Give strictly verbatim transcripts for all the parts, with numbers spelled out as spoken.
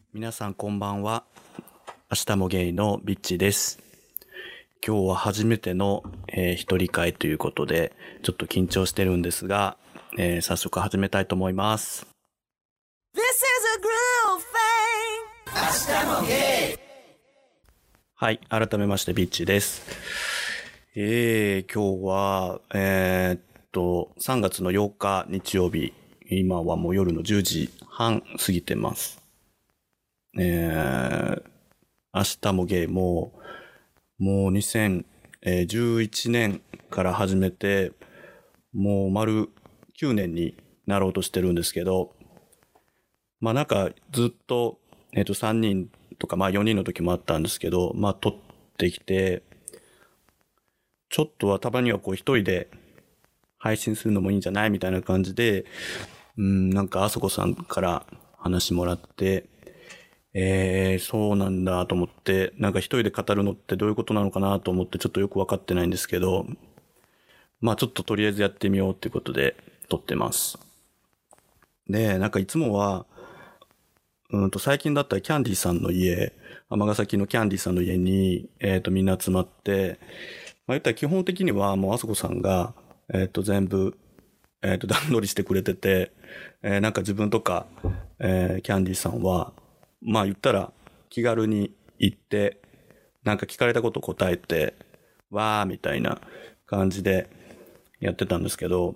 皆さんこんばんは。明日もゲイのビッチです。今日は初めての、えー、一人会ということでちょっと緊張してるんですが、えー、早速始めたいと思います。This is a groove thing. 明日もゲイ。はい、改めましてビッチです。えー、今日はえー、っとさんがつのようか日曜日、今はもう夜のじゅうじはん過ぎてます。えー、明日もゲイももうにせんじゅういちねんから始めてもう丸きゅうねんになろうとしてるんですけど、まあなんかずっとえっとさんにんとかまあよにんの時もあったんですけど、まあ撮ってきてちょっとはたまにはこう一人で配信するのもいいんじゃないみたいな感じで、うんなんかあそこさんから話もらって。えー、そうなんだと思って、なんか一人で語るのってどういうことなのかなと思ってちょっとよくわかってないんですけど、まあちょっととりあえずやってみようっていうことで撮ってます。で、なんかいつもは、うんと最近だったらキャンディーさんの家、尼崎のキャンディーさんの家に、えっとみんな集まって、まあ言ったら基本的にはもうあそこさんが、えっと全部、えっと段取りしてくれてて、えー、なんか自分とか、えー、キャンディーさんは、まあ言ったら気軽に行ってなんか聞かれたこと答えてわーみたいな感じでやってたんですけど、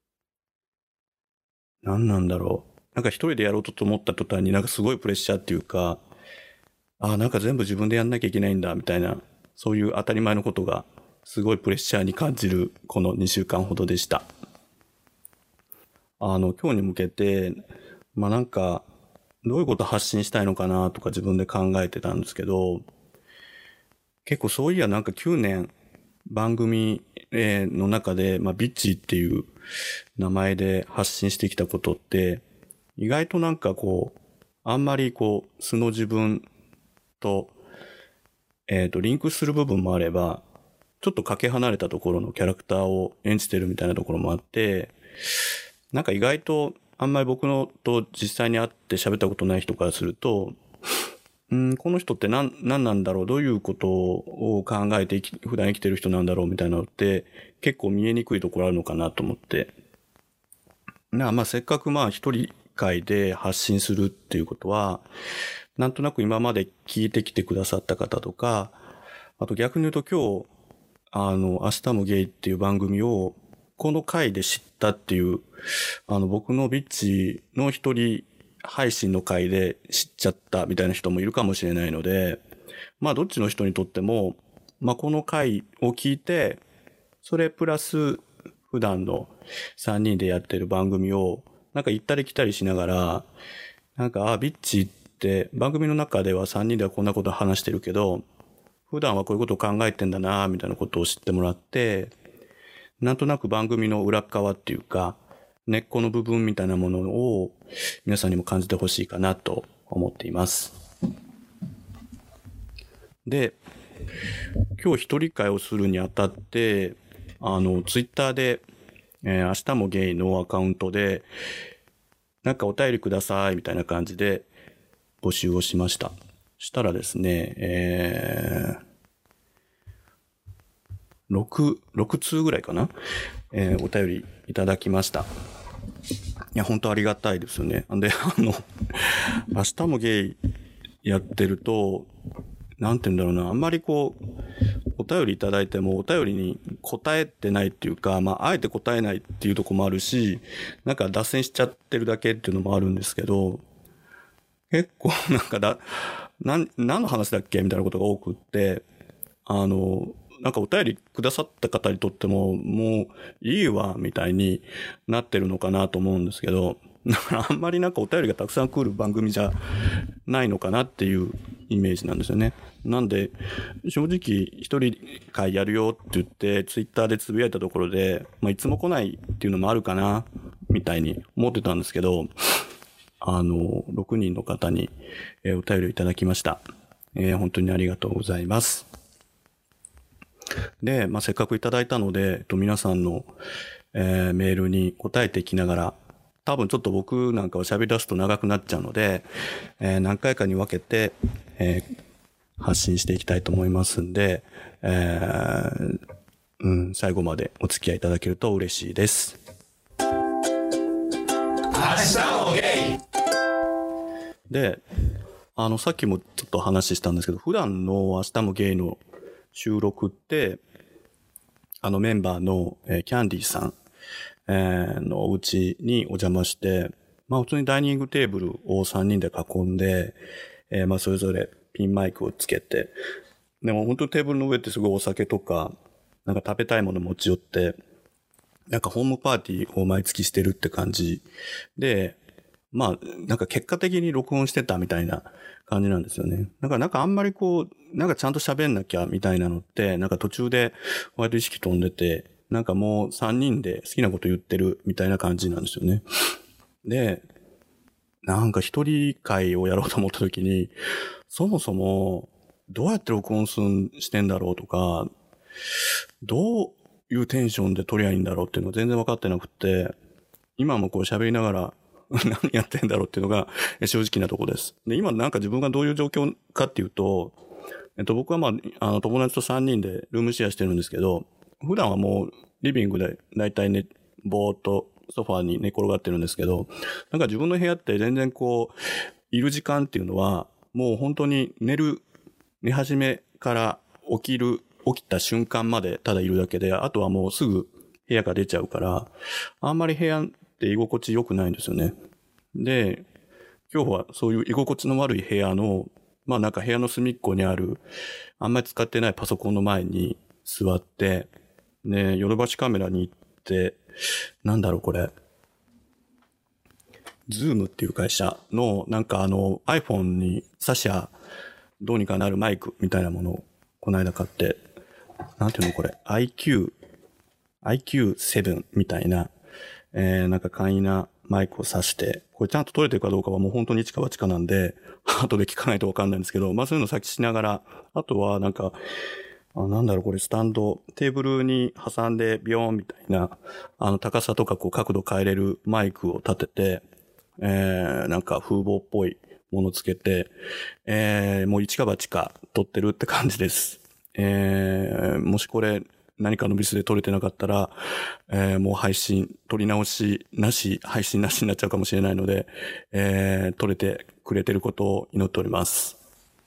何なんだろう、なんか一人でやろうと思った途端になんかすごいプレッシャーっていうか、あなんか全部自分でやんなきゃいけないんだみたいな、そういう当たり前のことがすごいプレッシャーに感じるこのにしゅうかんほどでした。あの今日に向けてまあなんかどういうこと発信したいのかなとか自分で考えてたんですけど、結構そういやなんかきゅうねん番組の中で、まあ、ビッチっていう名前で発信してきたことって意外となんかこうあんまりこう素の自分とえっとリンクする部分もあれば、ちょっとかけ離れたところのキャラクターを演じてるみたいなところもあって、なんか意外とあんまり僕のと実際に会って喋ったことない人からすると、うんこの人って何、何なんだろう、どういうことを考えて普段生きてる人なんだろうみたいなのって結構見えにくいところあるのかなと思って。なまあせっかくまあ一人会で発信するっていうことは、なんとなく今まで聞いてきてくださった方とか、あと逆に言うと今日、あの、明日もゲイっていう番組をこの回で知ったっていう、あの、僕のビッチの一人配信の回で知っちゃったみたいな人もいるかもしれないので、まあどっちの人にとっても、まあこの回を聞いて、それプラス普段のさんにんでやってる番組をなんか行ったり来たりしながら、なんか、あ、ビッチって番組の中ではさんにんではこんなこと話してるけど、普段はこういうことを考えてんだなみたいなことを知ってもらって、なんとなく番組の裏側っていうか根っこの部分みたいなものを皆さんにも感じてほしいかなと思っています。で、今日一人会をするにあたって、あのツイッターで、えー、明日もゲイのアカウントでなんかお便りくださいみたいな感じで募集をしました。したらですね、えー6、6通ぐらいかな、えー、お便りいただきました。いや、本当ありがたいですよね。で、あの、明日もゲイやってると、なんて言うんだろうな、あんまりこう、お便りいただいてもお便りに答えてないっていうか、まあ、あえて答えないっていうところもあるし、なんか脱線しちゃってるだけっていうのもあるんですけど、結構なんかだ、なん、何の話だっけみたいなことが多くって、あの、なんかお便りくださった方にとってももういいわみたいになってるのかなと思うんですけど、だからあんまりなんかお便りがたくさん来る番組じゃないのかなっていうイメージなんですよね。なんで正直一人会やるよって言ってツイッターでつぶやいたところで、まあ、いつも来ないっていうのもあるかなみたいに思ってたんですけど、あのろくにんの方にお便りをいただきました。えー、本当にありがとうございます。で、まあ、せっかくいただいたので、えっと、皆さんの、えー、メールに答えていきながら多分ちょっと僕なんかは喋り出すと長くなっちゃうので、えー、何回かに分けて、えー、発信していきたいと思いますんで、えーうん、最後までお付き合いいただけると嬉しいです。明日もゲイで、あのさっきもちょっと話したんですけど、普段の明日もゲイの収録ってあのメンバーの、えー、キャンディーさん、えー、のお家にお邪魔して、まあ普通にダイニングテーブルをさんにんで囲んで、えー、まあそれぞれピンマイクをつけて、でも本当にテーブルの上ってすごいお酒とかなんか食べたいもの持ち寄って、なんかホームパーティーを毎月してるって感じで、まあなんか結果的に録音してたみたいな感じなんですよね。だからなんかあんまりこう、なんかちゃんと喋んなきゃみたいなのって、なんか途中で割と意識飛んでて、なんかもうさんにんで好きなこと言ってるみたいな感じなんですよね。で、なんか一人会をやろうと思った時に、そもそもどうやって録音すんしてんだろうとか、どういうテンションで撮りゃいいんだろうっていうのが全然分かってなくて、今もこう喋りながら何やってんだろうっていうのが正直なとこです。で、今なんか自分がどういう状況かっていうと、えっと僕はまあ、あの友達とさんにんでルームシェアしてるんですけど、普段はもうリビングでだいたいね、ぼーっとソファーに寝転がってるんですけど、なんか自分の部屋って全然こう、いる時間っていうのは、もう本当に寝る、寝始めから起きる、起きた瞬間までただいるだけで、あとはもうすぐ部屋が出ちゃうから、あんまり部屋って居心地良くないんですよね。で、今日はそういう居心地の悪い部屋の、まあなんか部屋の隅っこにある、あんまり使ってないパソコンの前に座って、ね、ヨドバシカメラに行って、なんだろうこれ、ズームっていう会社のなんかあの iPhone に挿しゃどうにかなるマイクみたいなものをこの間買って、なんていうのこれ、アイキュー、アイキューセブン みたいな、えー、なんか簡易なマイクを挿して、これちゃんと撮れてるかどうかはもう本当に一か八かなんで、後で聞かないとわかんないんですけど、まあそういうのを先しながら、あとはなんか、あ、なんだろうこれスタンド、テーブルに挟んでビヨーンみたいな、あの高さとかこう角度変えれるマイクを立てて、えー、なんか風貌っぽいものつけて、えー、もう一か八か撮ってるって感じです。えー、もしこれ何かのミスで撮れてなかったら、えー、もう配信、撮り直しなし、配信なしになっちゃうかもしれないので、えー、撮れてくれてることを祈っております。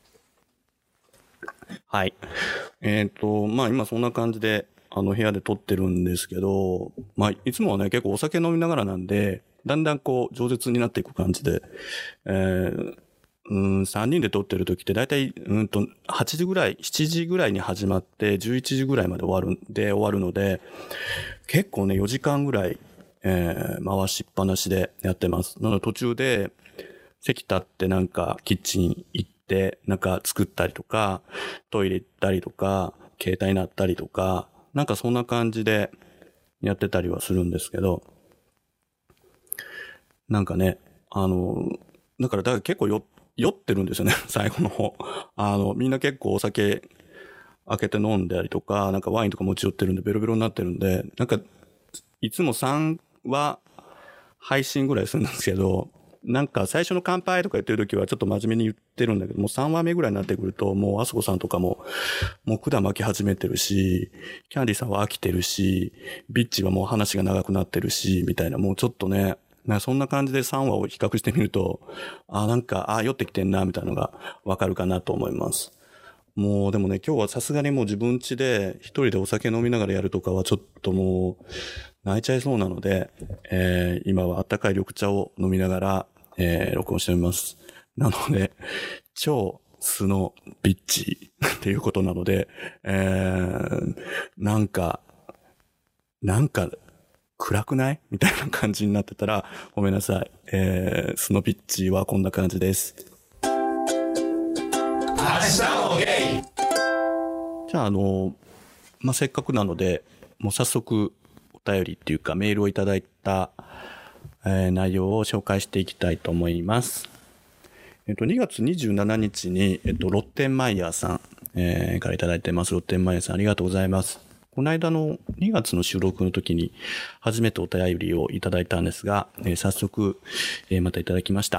はい。えっと、まあ今そんな感じで、あの部屋で撮ってるんですけど、まあいつもはね、結構お酒飲みながらなんで、だんだんこう、饒舌になっていく感じで、えー、うん、さんにんで撮ってる時ってだいたい、うんと、はちじぐらい、しちじぐらいに始まって、じゅういちじぐらいまで終わるんで、終わるので、結構ね、よじかんぐらい、えー、回しっぱなしでやってます。なので途中で、席立ってなんかキッチン行って、なんか作ったりとか、トイレ行ったりとか、携帯鳴ったりとか、なんかそんな感じでやってたりはするんですけど、なんかね、あの、だから、だから結構よ、酔ってるんですよね、最後の方。あの、みんな結構お酒開けて飲んだりとか、なんかワインとか持ち寄ってるんでベロベロになってるんで、なんか、いつもさんは配信ぐらいするんですけど、なんか最初の乾杯とか言ってる時はちょっと真面目に言ってるんだけど、もうさんわめぐらいになってくると、もうあすこさんとかも、もう管巻き始めてるし、キャンディーさんは飽きてるし、ビッチはもう話が長くなってるし、みたいな、もうちょっとね、そんな感じでさんわを比較してみると、あ、なんか、あ、酔ってきてんな、みたいなのがわかるかなと思います。もうでもね、今日はさすがにもう自分家で一人でお酒飲みながらやるとかはちょっともう泣いちゃいそうなので、えー、今はあったかい緑茶を飲みながら、えー、録音しております。なので、超素のビッチっていうことなので、えー、なんか、なんか、暗くないみたいな感じになってたらごめんなさい。えー、スノピッチはこんな感じです。明日もゲイ。じゃああの、まあ、せっかくなので、もう早速お便りっていうかメールをいただいた、えー、内容を紹介していきたいと思います。えっと、にがつにじゅうしちにちに、えっと、ロッテンマイヤーさん、えー、からいただいてます。ロッテンマイヤーさんありがとうございます。 この間のにがつの収録の時に初めてお便りをいただいたんですが、えー、早速、えー、またいただきました。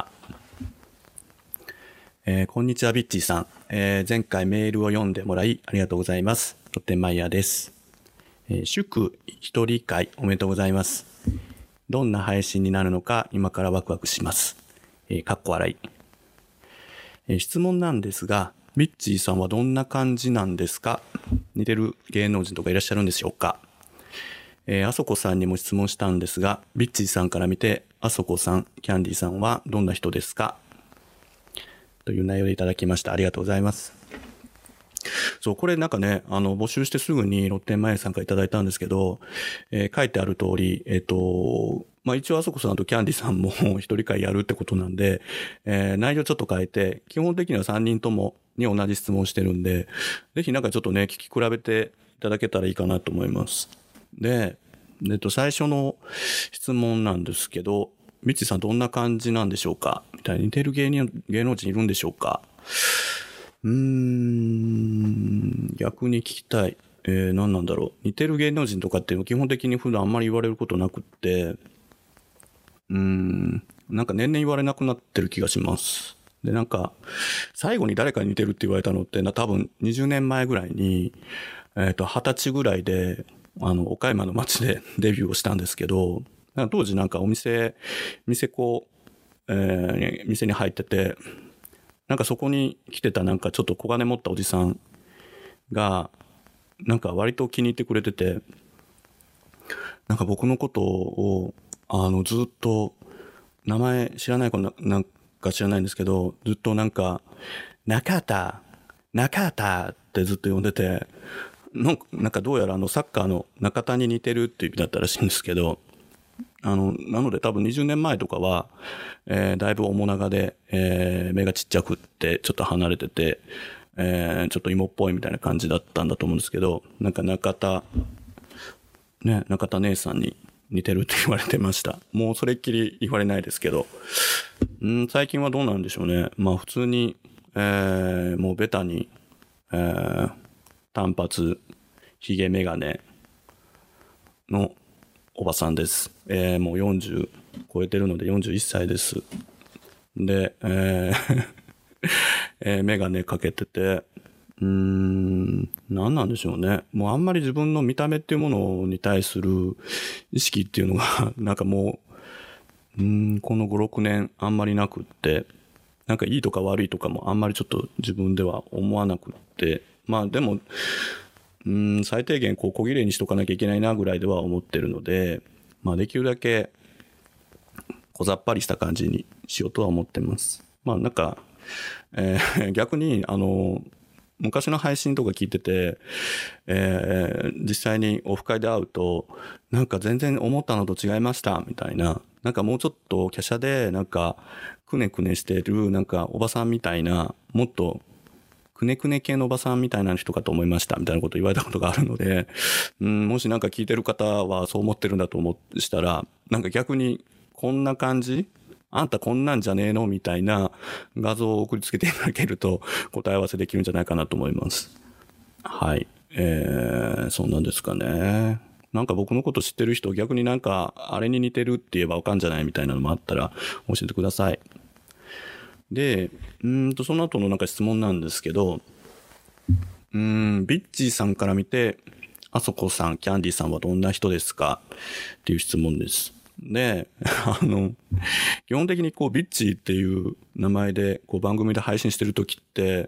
えー、こんにちはビッチーさん、えー、前回メールを読んでもらいありがとうございます。ロッテンマイヤーです。えー、祝一人会おめでとうございます。どんな配信になるのか今からワクワクします。えー、かっこ笑い。えー、質問なんですが、ビッチーさんはどんな感じなんですか？似てる芸能人とかいらっしゃるんでしょうか？えー、あそこさんにも質問したんですが、ビッチーさんから見て、あそこさん、キャンディーさんはどんな人ですか？という内容でいただきました。ありがとうございます。そう、これなんかね、あの、募集してすぐにロッテンマイヤーさんからいただいたんですけど、えー、書いてある通り、えっと、まあ、一応あそこさんとキャンディさんも一人会やるってことなんで、えー、内容ちょっと変えて、基本的にはさんにんともに同じ質問してるんで、ぜひなんかちょっとね、聞き比べていただけたらいいかなと思います。で、えっと、最初の質問なんですけど、ミッチーさんどんな感じなんでしょうかみたいに似てる芸人、芸能人いるんでしょうか？うーん、逆に聞きたい。えー、何なんだろう。似てる芸能人とかって基本的に普段あんまり言われることなくって、うーん、なんか年々言われなくなってる気がします。で、なんか、最後に誰かに似てるって言われたのって多分にじゅうねんまえぐらいに、えっと、はたちぐらいで、あの、岡山の街でデビューをしたんですけど、当時なんかお店、店こう、えー、店に入ってて、なんかそこに来てたなんかちょっと小金持ったおじさんが、なんか割と気に入ってくれてて、なんか僕のことを、あの、ずっと、名前知らない子な、なんか知らないんですけど、ずっとなんか、中田、中田ってずっと呼んでて、なんか、なんかどうやらあのサッカーの中田に似てるっていう意味だったらしいんですけど、あの、なので多分にじゅうねんまえとかは、えー、だいぶ面長で、えー、目がちっちゃくって、ちょっと離れてて、えー、ちょっと芋っぽいみたいな感じだったんだと思うんですけど、なんか中田、ね、中田姉さんに似てるって言われてました。もうそれっきり言われないですけど、ん最近はどうなんでしょうね。まあ普通に、えー、もうベタに、えー、短髪、ヒゲメガネのおばさんです。えー、もうよんじゅう超えてるのでよんじゅういっさいです。で、えーえー、メガネかけてて、うーん、何なんでしょうね。もうあんまり自分の見た目っていうものに対する意識っていうのが、なんかもう、うーん、このご、ろくねんあんまりなくって、なんかいいとか悪いとかもあんまりちょっと自分では思わなくって、まあでも、うーん、最低限こう小綺麗にしとかなきゃいけないなぐらいでは思ってるので、まあできるだけ小ざっぱりした感じにしようとは思ってます。まあなんか、えー、逆にあの昔の配信とか聞いてて、えー、実際にオフ会で会うとなんか全然思ったのと違いましたみたいな、なんかもうちょっと華奢でなんかくねくねしてるなんかおばさんみたいな、もっとくねくね系のおばさんみたいな人かと思いましたみたいなことを言われたことがあるので、うん、もしなんか聞いてる方はそう思ってるんだと思したら、なんか逆にこんな感じ、あんたこんなんじゃねえのみたいな画像を送りつけていただけると答え合わせできるんじゃないかなと思います。はい。えー、そんなんですかね。なんか僕のこと知ってる人、逆になんかあれに似てるって言えばわかんじゃないみたいなのもあったら教えてください。で、うんとその後のなんか質問なんですけど、うーん、ビッチーさんから見て、あそこさん、キャンディーさんはどんな人ですかっていう質問です。で、あの、基本的にこう、ビッチーっていう名前でこう番組で配信してるときって、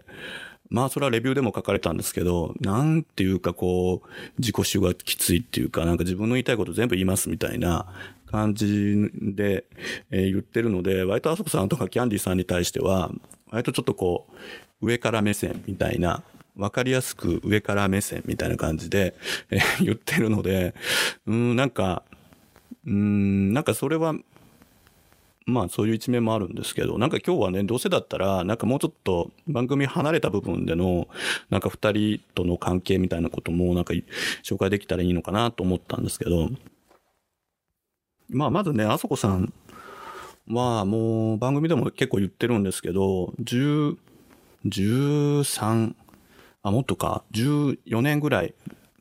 まあそれはレビューでも書かれたんですけど、なんていうかこう、自己主がきついっていうか、なんか自分の言いたいこと全部言いますみたいな感じで、えー、言ってるので、割とあそこさんとかキャンディーさんに対しては、割とちょっとこう、上から目線みたいな、わかりやすく上から目線みたいな感じで、えー、言ってるので、うーん、なんか、うーん、なんかそれは、まあそういう一面もあるんですけど、なんか今日はね、どうせだったら、なんかもうちょっと番組離れた部分での、なんか二人との関係みたいなことも、なんか紹介できたらいいのかなと思ったんですけど、まあまずね、あそこさんはもう番組でも結構言ってるんですけど、じゅう、じゅうさん、あ、もっとか、じゅうよねんぐらい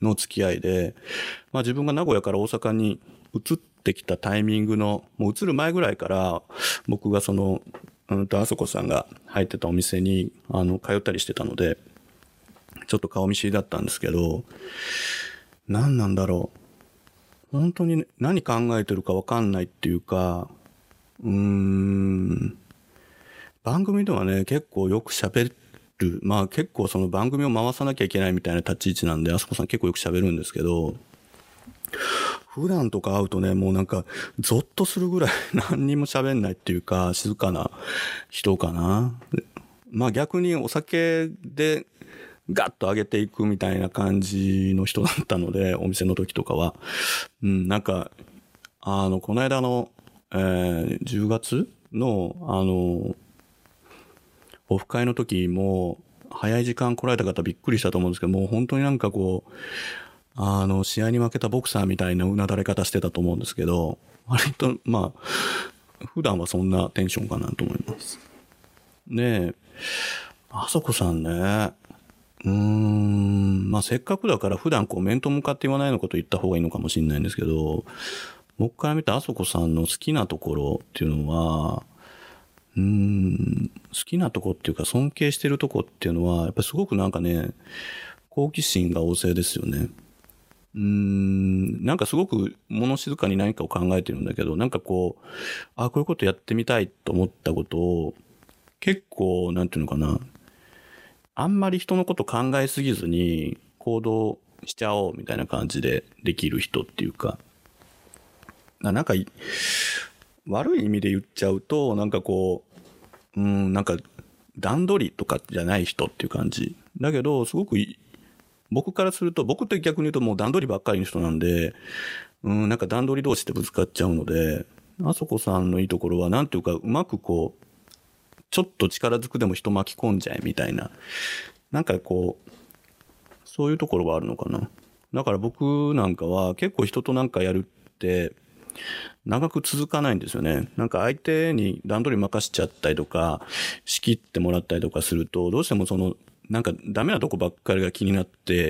の付き合いで、まあ自分が名古屋から大阪に移ってきたタイミングの、もう移る前ぐらいから僕がその、うんと、あそこさんが入ってたお店に、あの、通ったりしてたので、ちょっと顔見知りだったんですけど、何なんだろう。本当に何考えてるか分かんないっていうか、うーん、番組ではね、結構よく喋る。まあ結構その番組を回さなきゃいけないみたいな立ち位置なんで、あそこさん結構よく喋るんですけど、普段とか会うとね、もうなんかゾッとするぐらい何にも喋んないっていうか、静かな人かな。まあ逆にお酒でガッと上げていくみたいな感じの人だったので、お店の時とかは。うん、なんか、あの、この間の、えー、じゅうがつの、あの、オフ会の時も、早い時間来られた方びっくりしたと思うんですけど、もう本当になんかこう、あの、試合に負けたボクサーみたいなうなだれ方してたと思うんですけど、割と、まあ、普段はそんなテンションかなと思います。で、あそこさんね、うーん、まあせっかくだから普段こう面と向かって言わないようなこと言った方がいいのかもしれないんですけど、僕から見たあそこさんの好きなところっていうのは、うーん、好きなとこっていうか尊敬してるとこっていうのは、やっぱりすごくなんかね、好奇心が旺盛ですよね。うーん、なんかすごく物静かに何かを考えてるんだけど、なんかこう、あ、こういうことやってみたいと思ったことを、結構、なんていうのかな、あんまり人のこと考えすぎずに行動しちゃおうみたいな感じでできる人っていうか、なんか悪い意味で言っちゃうと、なんかこう、うん、なんか段取りとかじゃない人っていう感じ。だけど、すごくいい僕からすると、僕って逆に言うともう段取りばっかりの人なんで、うん、なんか段取り同士でぶつかっちゃうので、あそこさんのいいところは、なんていうか、うまくこう、ちょっと力ずくでも人巻き込んじゃえみたいな。なんかこう、そういうところはあるのかな。だから僕なんかは結構人となんかやるって、長く続かないんですよね。なんか相手に段取り任しちゃったりとか、仕切ってもらったりとかすると、どうしてもその、なんかダメなとこばっかりが気になって、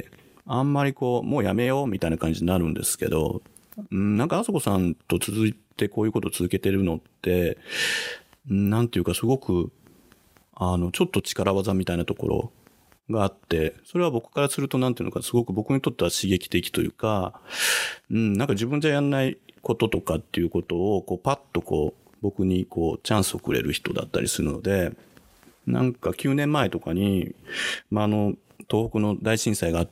あんまりこう、もうやめようみたいな感じになるんですけど、うん、なんかあそこさんと続いてこういうことを続けてるのって、なんていうかすごく、あの、ちょっと力技みたいなところがあって、それは僕からするとなんていうのか、すごく僕にとっては刺激的というか、うん、なんか自分じゃやんないこととかっていうことを、こう、パッとこう、僕にこう、チャンスをくれる人だったりするので、なんかきゅうねんまえとかに、まあ、あの、東北の大震災があって、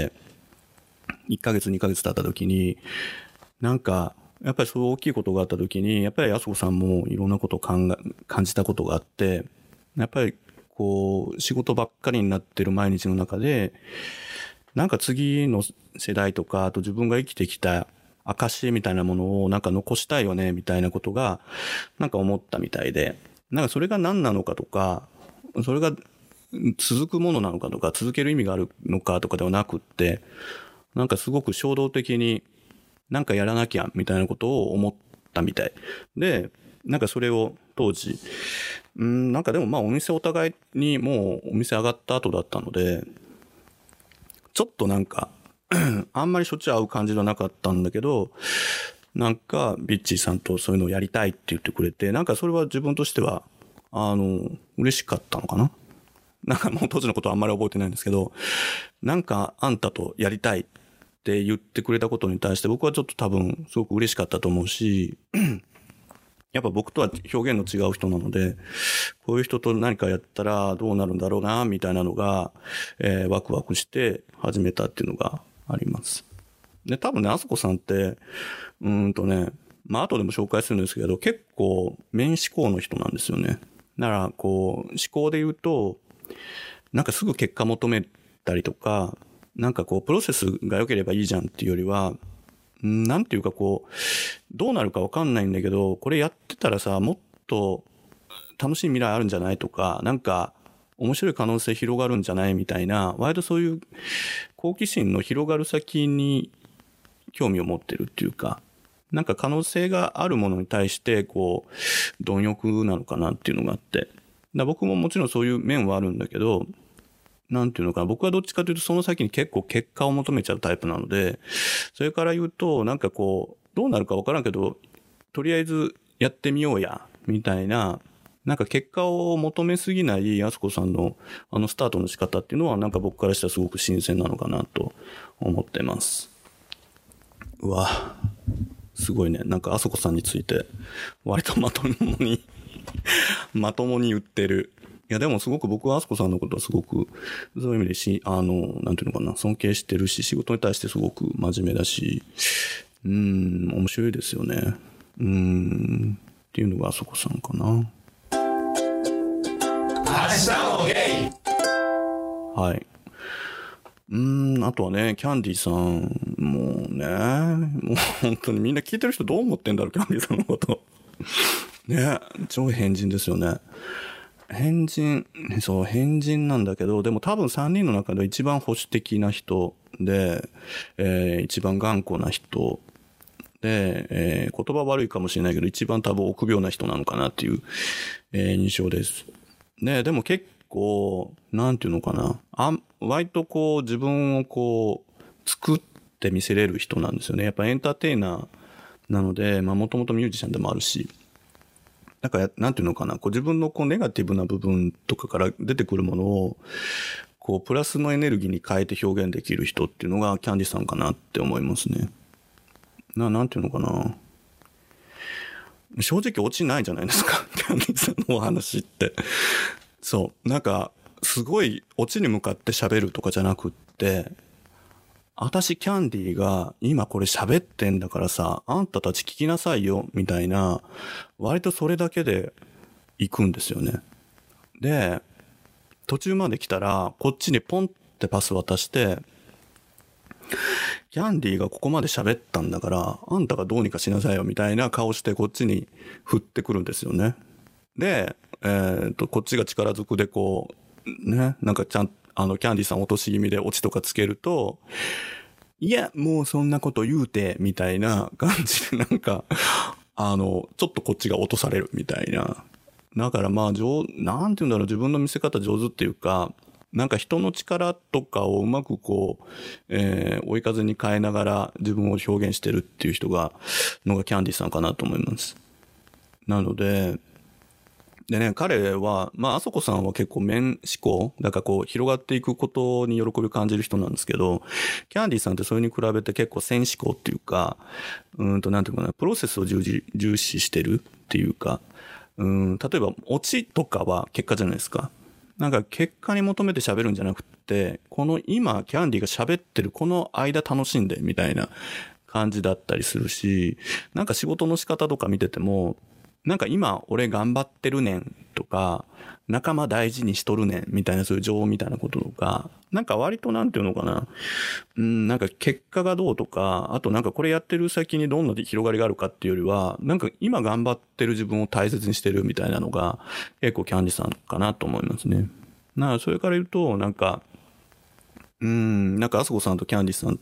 いっかげつにかげつ経った時に、なんか、やっぱりそういう大きいことがあった時に、やっぱりあそこさんもいろんなことを考え、感じたことがあって、やっぱりこう、仕事ばっかりになってる毎日の中で、なんか次の世代とか、あと自分が生きてきた証みたいなものをなんか残したいよね、みたいなことが、なんか思ったみたいで、なんかそれが何なのかとか、それが続くものなのかとか、続ける意味があるのかとかではなくって、なんかすごく衝動的になんかやらなきゃみたいなことを思ったみたい。で、なんかそれを当時、うん、なんかでもまあお店お互いにもうお店上がった後だったので、ちょっとなんか、あんまりしょっちゅう会う感じではなかったんだけど、なんかビッチーさんとそういうのをやりたいって言ってくれて、なんかそれは自分としては、あの、嬉しかったのかな。なんかもう当時のことはあんまり覚えてないんですけど、なんかあんたとやりたいって言ってくれたことに対して僕はちょっと多分すごく嬉しかったと思うし、やっぱ僕とは表現の違う人なので、こういう人と何かやったらどうなるんだろうな、みたいなのが、えー、ワクワクして始めたっていうのがあります。で、多分ね、あそこさんって、うーんとね、まあ後でも紹介するんですけど、結構面思考の人なんですよね。だから、こう、思考で言うと、なんかすぐ結果求めたりとか、なんかこう、プロセスが良ければいいじゃんっていうよりは、なんていうかこう、どうなるかわかんないんだけど、これやってたらさ、もっと楽しい未来あるんじゃないとか、なんか面白い可能性広がるんじゃないみたいな、割とそういう好奇心の広がる先に興味を持ってるっていうか、なんか可能性があるものに対して、こう、貪欲なのかなっていうのがあって。だ僕ももちろんそういう面はあるんだけど、 なんていうのかな、僕はどっちかというとその先に結構結果を求めちゃうタイプなので、それから言うと、なんかこう、どうなるかわからんけど、とりあえずやってみようや、みたいな、なんか結果を求めすぎないあすこさんのあのスタートの仕方っていうのは、なんか僕からしたらすごく新鮮なのかなと思ってます。うわ、すごいね。なんかあすこさんについて割とまともにまともに言ってる。いやでもすごく僕はあすこさんのことはすごくそういう意味でし、あの、なんていうのかな、尊敬してるし、仕事に対してすごく真面目だし、うーん、面白いですよね。うーん、っていうのがあすこさんかな。はい。うーん、あとはね、キャンディーさん、もうね、もう本当にみんな聞いてる人どう思ってんだろう、キャンディーさんのこと。ね、超変人ですよね。変人、そう、変人なんだけど、でも多分さんにんの中で一番保守的な人で、えー、一番頑固な人で、えー、言葉悪いかもしれないけど、一番多分臆病な人なのかなっていう、えー、印象です。ね、でも結構、なんていうのかな。あ、割とこう自分をこう作って見せれる人なんですよね。やっぱエンターテイナーなので、まあもともとミュージシャンでもあるし。なんか、なんていうのかな。こう自分のこうネガティブな部分とかから出てくるものを、こうプラスのエネルギーに変えて表現できる人っていうのがキャンディさんかなって思いますね。な、なんていうのかな。正直落ちないじゃないですか。キャンディさんのお話って。そう。なんか、すごいオチに向かって喋るとかじゃなくって、私キャンディーが今これ喋ってんだからさ、あんたたち聞きなさいよ、みたいな、割とそれだけで行くんですよね。で、途中まで来たら、こっちにポンってパス渡して、キャンディーがここまで喋ったんだから、あんたがどうにかしなさいよ、みたいな顔してこっちに振ってくるんですよね。で、えっと、こっちが力ずくでこう、ね、なんかちゃん、あの、キャンディさん落とし気味でオチとかつけると、いや、もうそんなこと言うて、みたいな感じでなんか、あの、ちょっとこっちが落とされるみたいな。だからまあ、上、なんて言うんだろう、自分の見せ方上手っていうか、なんか人の力とかをうまくこう、えー、追い風に変えながら自分を表現してるっていう人が、のがキャンディさんかなと思います。なので、でね、彼は、まあ、あそこさんは結構面思考、だからこう、広がっていくことに喜びを感じる人なんですけど、キャンディさんってそれに比べて結構線思考っていうか、うんと、なんていうかな、プロセスを重視、重視してるっていうか、うん、例えば、オチとかは結果じゃないですか。なんか、結果に求めて喋るんじゃなくて、この今、キャンディが喋ってるこの間楽しんで、みたいな感じだったりするし、なんか仕事の仕方とか見てても、なんか今俺頑張ってるねんとか、仲間大事にしとるねんみたいなそういう情みたいなこととか、なんか割となんていうのかな、うん、なんか結果がどうとか、あとなんかこれやってる先にどんな広がりがあるかっていうよりは、なんか今頑張ってる自分を大切にしてるみたいなのが結構キャンディさんかなと思いますね。ならそれから言うと、なんか、うん、なんかあすこさんとキャンディさんって、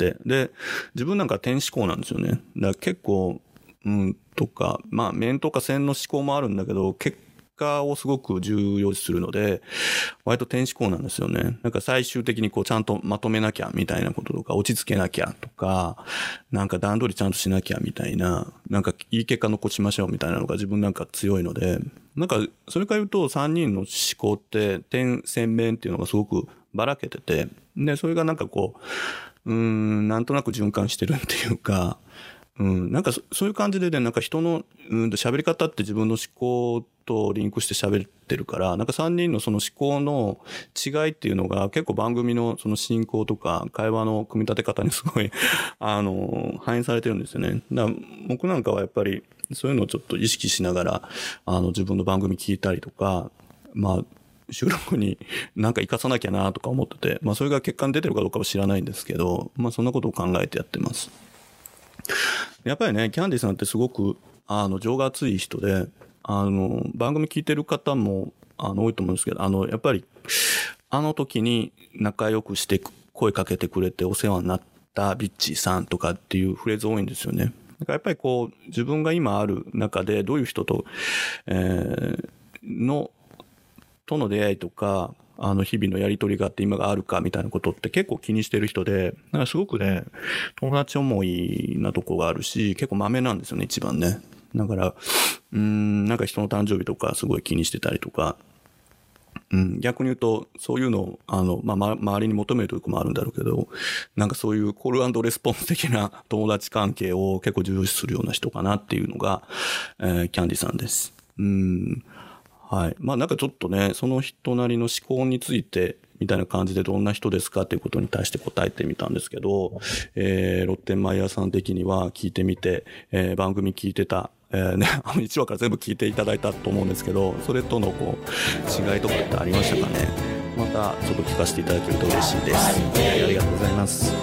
で、自分なんか天使校なんですよね。だから結構、うん、とか、まあ、面とか線の思考もあるんだけど、結果をすごく重要視するので、割と天使校なんですよね。なんか最終的にこうちゃんとまとめなきゃみたいなこととか、落ち着けなきゃとか、なんか段取りちゃんとしなきゃみたいな、なんかいい結果残しましょうみたいなのが自分なんか強いので、なんかそれから言うとさんにんの思考って点線面っていうのがすごくばらけてて、で、それがなんかこう、うーん、なんとなく循環してるっていうか、うん、なんかそそういう感じでね、なんか人の、うんと喋り方って自分の思考とリンクして喋ってるから、なんかさんにんのその思考の違いっていうのが結構番組のその進行とか会話の組み立て方にすごい、あの、反映されてるんですよね。だから僕なんかはやっぱりそういうのをちょっと意識しながら、あの自分の番組聞いたりとか、まあ、収録になんか活かさなきゃなとか思ってて、まあそれが結果に出てるかどうかは知らないんですけど、まあそんなことを考えてやってます。やっぱりね、キャンディさんってすごく、あの、情が熱い人で、あの、番組聞いてる方も、あの、多いと思うんですけど、あの、やっぱり、あの時に仲良くして声かけてくれてお世話になったビッチーさんとかっていうフレーズ多いんですよね。だからやっぱりこう、自分が今ある中でどういう人と、えー、の、との出会いとか、 あの日々のやりとりがあって今があるかみたいなことって結構気にしてる人で、なんかすごくね、友達思いなとこがあるし、結構マメなんですよね、一番ね。だから、うーん、なんか人の誕生日とかすごい気にしてたりとか、うん、逆に言うと、そういうのを、あの、まあ、ま、周りに求めるとこもあるんだろうけど、なんかそういうコール&レスポンス的な友達関係を結構重視するような人かなっていうのが、えー、キャンディさんです。うん。はい。まあなんかちょっとね、その人なりの思考について、みたいな感じでどんな人ですかっていうことに対して答えてみたんですけど、えー、ロッテンマイヤーさん的には聞いてみて、えー、番組聞いてた、えー、ね、あのいちわから全部聞いていただいたと思うんですけど、それとのこう、違いとかってありましたかね。またちょっと聞かせていただけると嬉しいです。ありがとうございます。